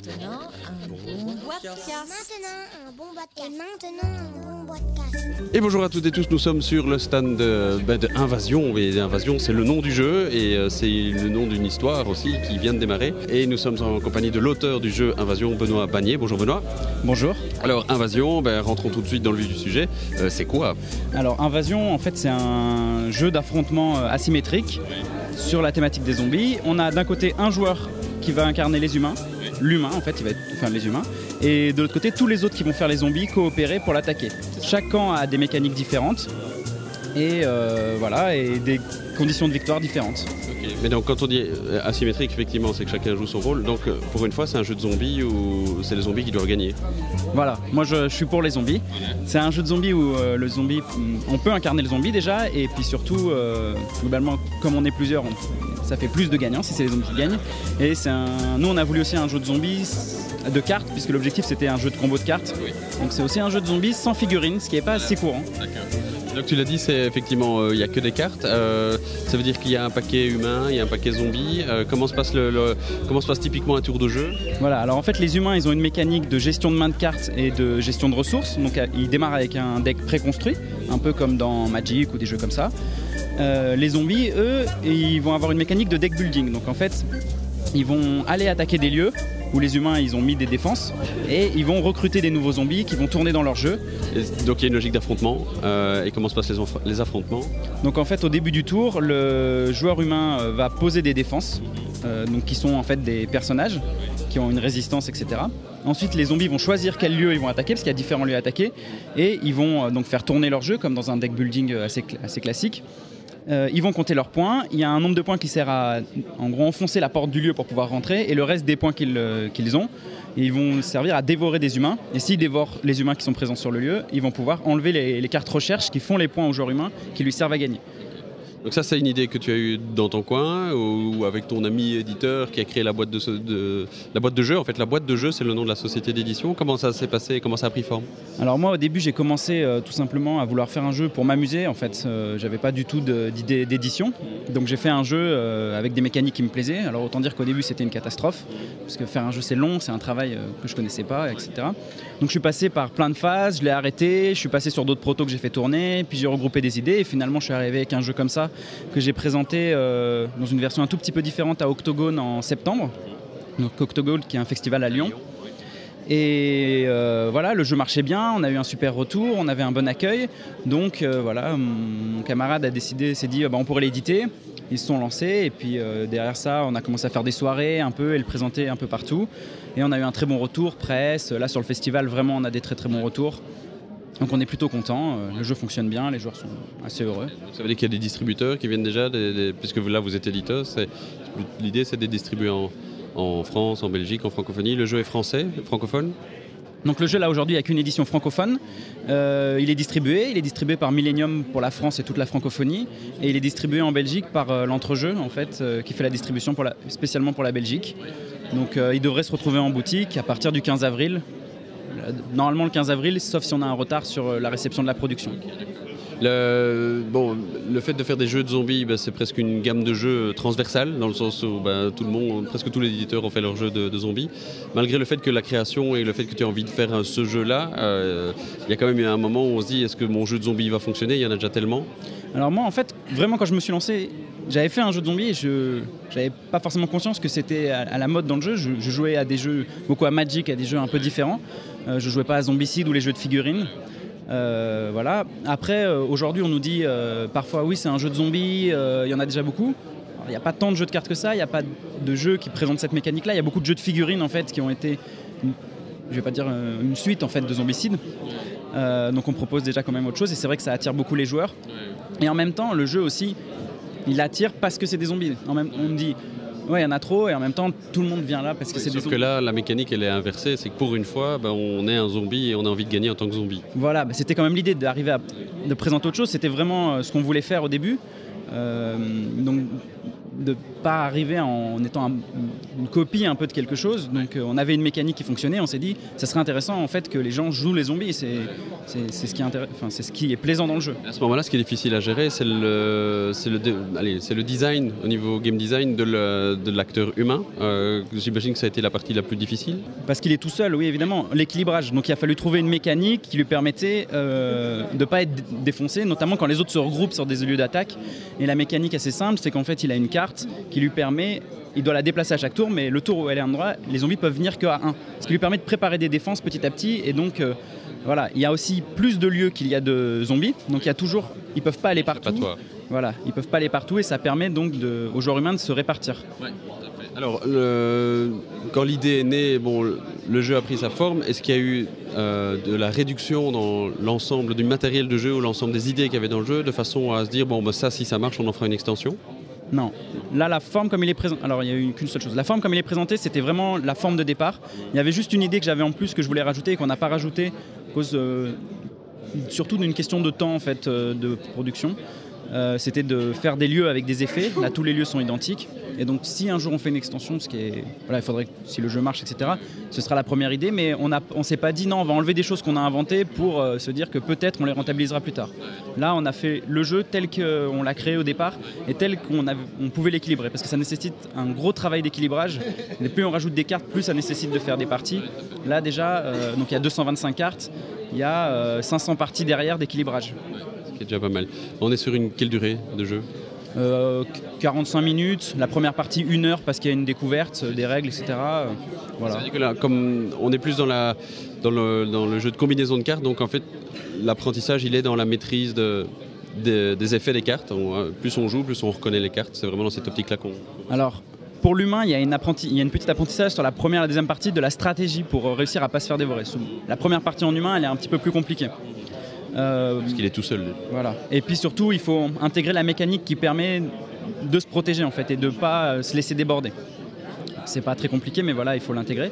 Maintenant, un bon podcast. Maintenant, un bon podcast. Et maintenant, un bon podcast. Et bonjour à toutes et tous, nous sommes sur le stand d'Invasion. Et Invasion, c'est le nom du jeu et c'est le nom d'une histoire aussi qui vient de démarrer. Et nous sommes en compagnie de l'auteur du jeu Invasion, Benoît Bagné. Bonjour Benoît. Bonjour. Alors Invasion, rentrons tout de suite dans le vif du sujet. C'est quoi ? Alors Invasion, en fait, c'est un jeu d'affrontement asymétrique sur la thématique des zombies. On a d'un côté un joueur qui va incarner les humains, l'humain en fait, il va être les humains, et de l'autre côté tous les autres qui vont faire les zombies coopérer pour l'attaquer. Chaque camp a des mécaniques différentes et et des conditions de victoire différentes. Okay. Mais donc quand on dit asymétrique, effectivement, c'est que chacun joue son rôle. Donc pour une fois, c'est un jeu de zombies où c'est les zombies qui doivent gagner. Voilà, moi je suis pour les zombies. C'est un jeu de zombies où le zombie, on peut incarner le zombie déjà, et puis surtout, globalement, comme on est plusieurs, ça fait plus de gagnants si c'est les zombies qui gagnent. Et nous on a voulu aussi un jeu de zombies de cartes, puisque l'objectif c'était un jeu de combo de cartes. Oui. Donc c'est aussi un jeu de zombies sans figurines, ce qui n'est pas assez courant. D'accord. Donc tu l'as dit, c'est effectivement, il n'y a que des cartes. Ça veut dire qu'il y a un paquet humain, il y a un paquet zombie. Comment se passe typiquement un tour de jeu ? Voilà, alors en fait les humains ils ont une mécanique de gestion de main de cartes et de gestion de ressources. Donc ils démarrent avec un deck préconstruit, un peu comme dans Magic ou des jeux comme ça. Les zombies, eux, ils vont avoir une mécanique de deck building. Donc en fait, ils vont aller attaquer des lieux où les humains ils ont mis des défenses et ils vont recruter des nouveaux zombies qui vont tourner dans leur jeu. Et donc il y a une logique d'affrontement. Et comment se passent les affrontements ? Donc en fait au début du tour, le joueur humain va poser des défenses, donc qui sont en fait des personnages qui ont une résistance, etc. Ensuite les zombies vont choisir quel lieu ils vont attaquer, parce qu'il y a différents lieux à attaquer, et ils vont donc faire tourner leur jeu comme dans un deck building assez classique. Ils vont compter leurs points. Il y a un nombre de points qui sert à en gros enfoncer la porte du lieu pour pouvoir rentrer, et le reste des points qu'ils ont, ils vont servir à dévorer des humains. Et s'ils dévorent les humains qui sont présents sur le lieu, ils vont pouvoir enlever les cartes recherche qui font les points aux joueurs humains qui lui servent à gagner. Donc ça, c'est une idée que tu as eue dans ton coin ou avec ton ami éditeur qui a créé la boîte de jeu. En fait, la boîte de jeu, c'est le nom de la société d'édition. Comment ça s'est passé ? Comment ça a pris forme ? Alors moi, au début, j'ai commencé tout simplement à vouloir faire un jeu pour m'amuser. En fait, j'avais pas du tout d'idée d'édition. Donc j'ai fait un jeu avec des mécaniques qui me plaisaient. Alors autant dire qu'au début, c'était une catastrophe, parce que faire un jeu, c'est long, c'est un travail que je connaissais pas, etc. Donc je suis passé par plein de phases, je l'ai arrêté, je suis passé sur d'autres protos que j'ai fait tourner, puis j'ai regroupé des idées, et finalement, je suis arrivé avec un jeu comme ça, que j'ai présenté dans une version un tout petit peu différente à Octogone en septembre. Donc Octogone qui est un festival à Lyon. Et le jeu marchait bien, on a eu un super retour, on avait un bon accueil. Donc mon camarade s'est dit on pourrait l'éditer. Ils se sont lancés, et puis derrière ça on a commencé à faire des soirées un peu et le présenter un peu partout. Et on a eu un très bon retour, presse. Là sur le festival vraiment on a des très très bons retours. Donc on est plutôt content, le jeu fonctionne bien, les joueurs sont assez heureux. Ça veut dire qu'il y a des distributeurs qui viennent déjà, puisque là vous êtes éditeur, l'idée c'est de les distribuer en France, en Belgique, en francophonie. Le jeu est français, francophone ? Donc le jeu là aujourd'hui il n'y a qu'une édition francophone. Il est distribué par Millennium pour la France et toute la francophonie, et il est distribué en Belgique par l'Entrejeu en fait, qui fait la distribution spécialement pour la Belgique. Donc il devrait se retrouver en boutique à partir du 15 avril. Normalement le 15 avril, sauf si on a un retard sur la réception de la production. Le fait de faire des jeux de zombies, c'est presque une gamme de jeux transversale, dans le sens où presque tous les éditeurs ont fait leurs jeux de zombies. Malgré le fait que la création et le fait que tu as envie de faire ce jeu-là, il y a quand même eu un moment où on se dit est-ce que mon jeu de zombies va fonctionner ? Il y en a déjà tellement. Alors moi en fait, vraiment quand je me suis lancé, j'avais fait un jeu de zombies et je n'avais pas forcément conscience que c'était à la mode dans le jeu. Je jouais à des jeux, beaucoup à Magic, à des jeux un peu différents. Je jouais pas à Zombicide ou les jeux de figurines. Après, aujourd'hui, on nous dit parfois oui, c'est un jeu de zombies, il y en a déjà beaucoup. Il n'y a pas tant de jeux de cartes que ça, il n'y a pas de jeux qui présentent cette mécanique-là. Il y a beaucoup de jeux de figurines en fait qui ont été, je vais pas dire une suite en fait de Zombicide. Donc on propose déjà quand même autre chose, et c'est vrai que ça attire beaucoup les joueurs. Et en même temps, le jeu aussi, il attire parce que c'est des zombies. On me dit ouais, il y en a trop, et en même temps tout le monde vient là parce que c'est des zombies. Sauf que là, la mécanique elle est inversée, c'est que pour une fois, on est un zombie et on a envie de gagner en tant que zombie. Voilà, c'était quand même l'idée de présenter autre chose, c'était vraiment ce qu'on voulait faire au début. Donc de pas arriver en étant une copie un peu de quelque chose. Donc on avait une mécanique qui fonctionnait, on s'est dit ça serait intéressant en fait que les gens jouent les zombies, c'est ce qui est plaisant dans le jeu. À ce moment-là, ce qui est difficile à gérer, c'est le design, au niveau game design de l'acteur humain. J'imagine que ça a été la partie la plus difficile. Parce qu'il est tout seul, oui évidemment, l'équilibrage. Donc il a fallu trouver une mécanique qui lui permettait de ne pas être défoncé, notamment quand les autres se regroupent sur des lieux d'attaque. Et la mécanique assez simple, c'est qu'en fait il a une carte qui lui permet, il doit la déplacer à chaque tour, mais le tour où elle est en endroit, les zombies peuvent venir qu'à 1. Ce qui lui permet de préparer des défenses petit à petit. Et donc voilà, il y a aussi plus de lieux qu'il y a de zombies. Donc il y a toujours, ils peuvent pas aller partout. Pas toi. Voilà, ils peuvent pas aller partout et ça permet donc aux joueurs humains de se répartir. Ouais, tout à fait. Alors, quand l'idée est née, le jeu a pris sa forme. Est-ce qu'il y a eu de la réduction dans l'ensemble du matériel de jeu ou l'ensemble des idées qu'il y avait dans le jeu, de façon à se dire, ça, si ça marche, on en fera une extension ? Non. Là, la forme comme il est présenté... Alors, il n'y a eu qu'une seule chose. La forme comme il est présenté, c'était vraiment la forme de départ. Il y avait juste une idée que j'avais en plus que je voulais rajouter et qu'on n'a pas rajouté à cause surtout d'une question de temps en fait, de production. C'était de faire des lieux avec des effets. Là, tous les lieux sont identiques. Et donc, si un jour on fait une extension, il faudrait, si le jeu marche, etc., ce sera la première idée. Mais on ne s'est pas dit, non, on va enlever des choses qu'on a inventées pour se dire que peut-être on les rentabilisera plus tard. Là, on a fait le jeu tel qu'on l'a créé au départ et tel qu'on pouvait l'équilibrer. Parce que ça nécessite un gros travail d'équilibrage. Et plus on rajoute des cartes, plus ça nécessite de faire des parties. Là, déjà, donc il y a 225 cartes. Il y a 500 parties derrière d'équilibrage. Ce qui est déjà pas mal. On est sur quelle durée de jeu ? 45 minutes, la première partie 1 heure parce qu'il y a une découverte des règles, etc. Voilà. Ça veut dire que là, comme on est plus dans le jeu de combinaison de cartes, donc en fait l'apprentissage il est dans la maîtrise des effets des cartes. Plus on joue, plus on reconnaît les cartes. C'est vraiment dans cette optique-là qu'on... Alors, pour l'humain, il y a une petite apprentissage sur la première et la deuxième partie de la stratégie pour réussir à ne pas se faire dévorer. La première partie en humain, elle est un petit peu plus compliquée. Parce qu'il est tout seul. Voilà. Et puis surtout, il faut intégrer la mécanique qui permet de se protéger en fait et de ne pas se laisser déborder. C'est pas très compliqué, mais voilà, il faut l'intégrer.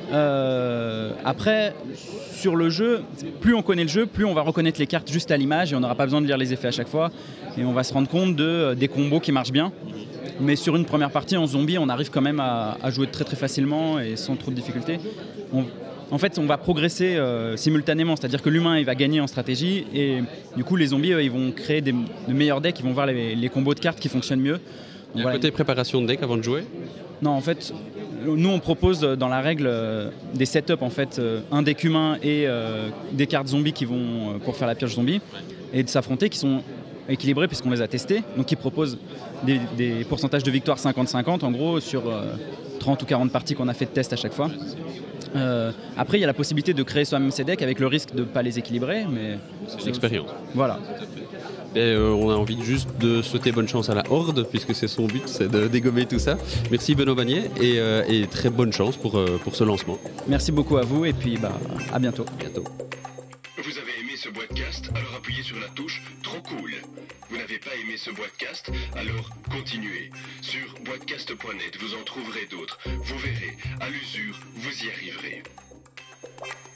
Après, sur le jeu, plus on connaît le jeu, plus on va reconnaître les cartes juste à l'image et on n'aura pas besoin de lire les effets à chaque fois. Et on va se rendre compte des combos qui marchent bien. Mais sur une première partie en zombie, on arrive quand même à jouer très très facilement et sans trop de difficultés. En fait, on va progresser simultanément, c'est-à-dire que l'humain il va gagner en stratégie et du coup les zombies ils vont créer de meilleurs decks, ils vont voir les combos de cartes qui fonctionnent mieux. Il y a un côté préparation de deck avant de jouer ? Non, en fait, nous on propose dans la règle des setups, en fait, un deck humain et des cartes zombies qui vont pour faire la pioche zombie et de s'affronter qui sont équilibrés puisqu'on les a testés, donc ils proposent des pourcentages de victoire 50-50 en gros sur 30 ou 40 parties qu'on a fait de test à chaque fois. Après, il y a la possibilité de créer soi-même ses decks avec le risque de ne pas les équilibrer, mais c'est une expérience. Voilà. Et on a envie juste de souhaiter bonne chance à la Horde, puisque c'est son but, c'est de dégommer tout ça. Merci Benoît Bagnet et très bonne chance pour ce lancement. Merci beaucoup à vous et puis à bientôt. À bientôt. Vous avez aimé ce podcast, alors appuyez sur la touche Trop cool. Vous n'avez pas aimé ce podcast, alors continuez. Sur boitcast.net, vous en trouverez d'autres. Vous verrez, à l'usure, vous y arriverez.